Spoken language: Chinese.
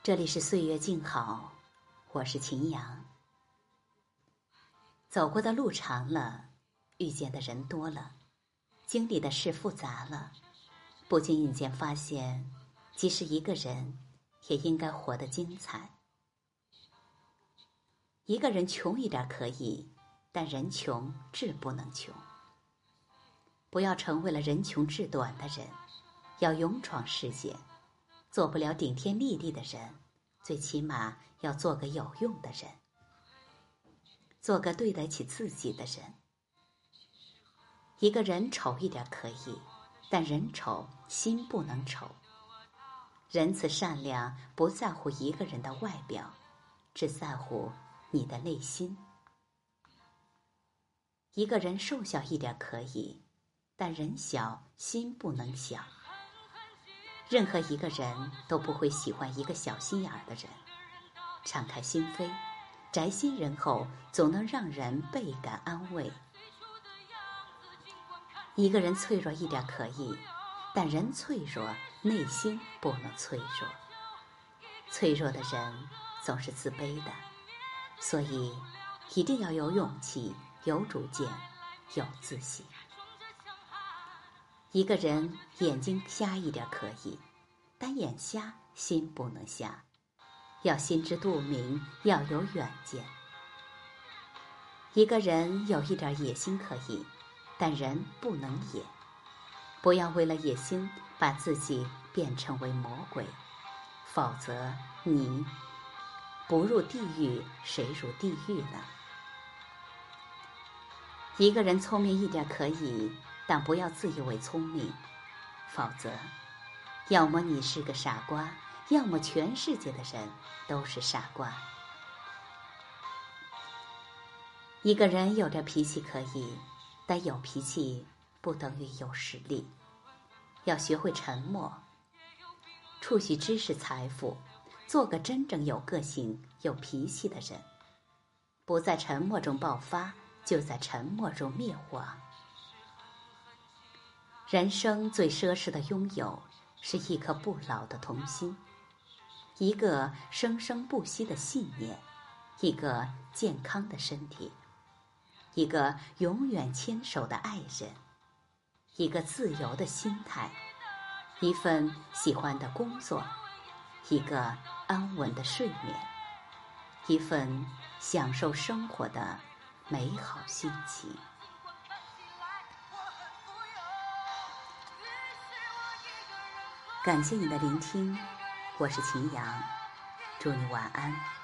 这里是岁月静好，我是秦阳。走过的路长了，遇见的人多了，经历的事复杂了，不经意间发现，即使一个人，也应该活得精彩。一个人穷一点可以，但人穷志不能穷。不要成为了人穷志短的人，要勇闯世界。做不了顶天立地的人，最起码要做个有用的人，做个对得起自己的人。一个人丑一点可以，但人丑心不能丑。仁慈善良不在乎一个人的外表，只在乎你的内心。一个人瘦小一点可以，但人小心不能小。任何一个人都不会喜欢一个小心眼儿的人。敞开心扉，宅心仁厚，总能让人倍感安慰。一个人脆弱一点可以，但人脆弱，内心不能脆弱。脆弱的人总是自卑的，所以一定要有勇气，有主见，有自信。一个人眼睛瞎一点可以，但眼瞎心不能瞎。要心知肚明，要有远见。一个人有一点野心可以，但人不能野。不要为了野心把自己变成为魔鬼，否则你不入地狱，谁入地狱呢？一个人聪明一点可以，但不要自以为聪明，否则要么你是个傻瓜，要么全世界的人都是傻瓜。一个人有点脾气可以，但有脾气不等于有实力。要学会沉默，储蓄知识财富，做个真正有个性有脾气的人。不在沉默中爆发，就在沉默中灭亡。人生最奢侈的拥有，是一颗不老的童心，一个生生不息的信念，一个健康的身体，一个永远牵手的爱人，一个自由的心态，一份喜欢的工作，一个安稳的睡眠，一份享受生活的美好心情。感谢你的聆听，我是秦阳，祝你晚安。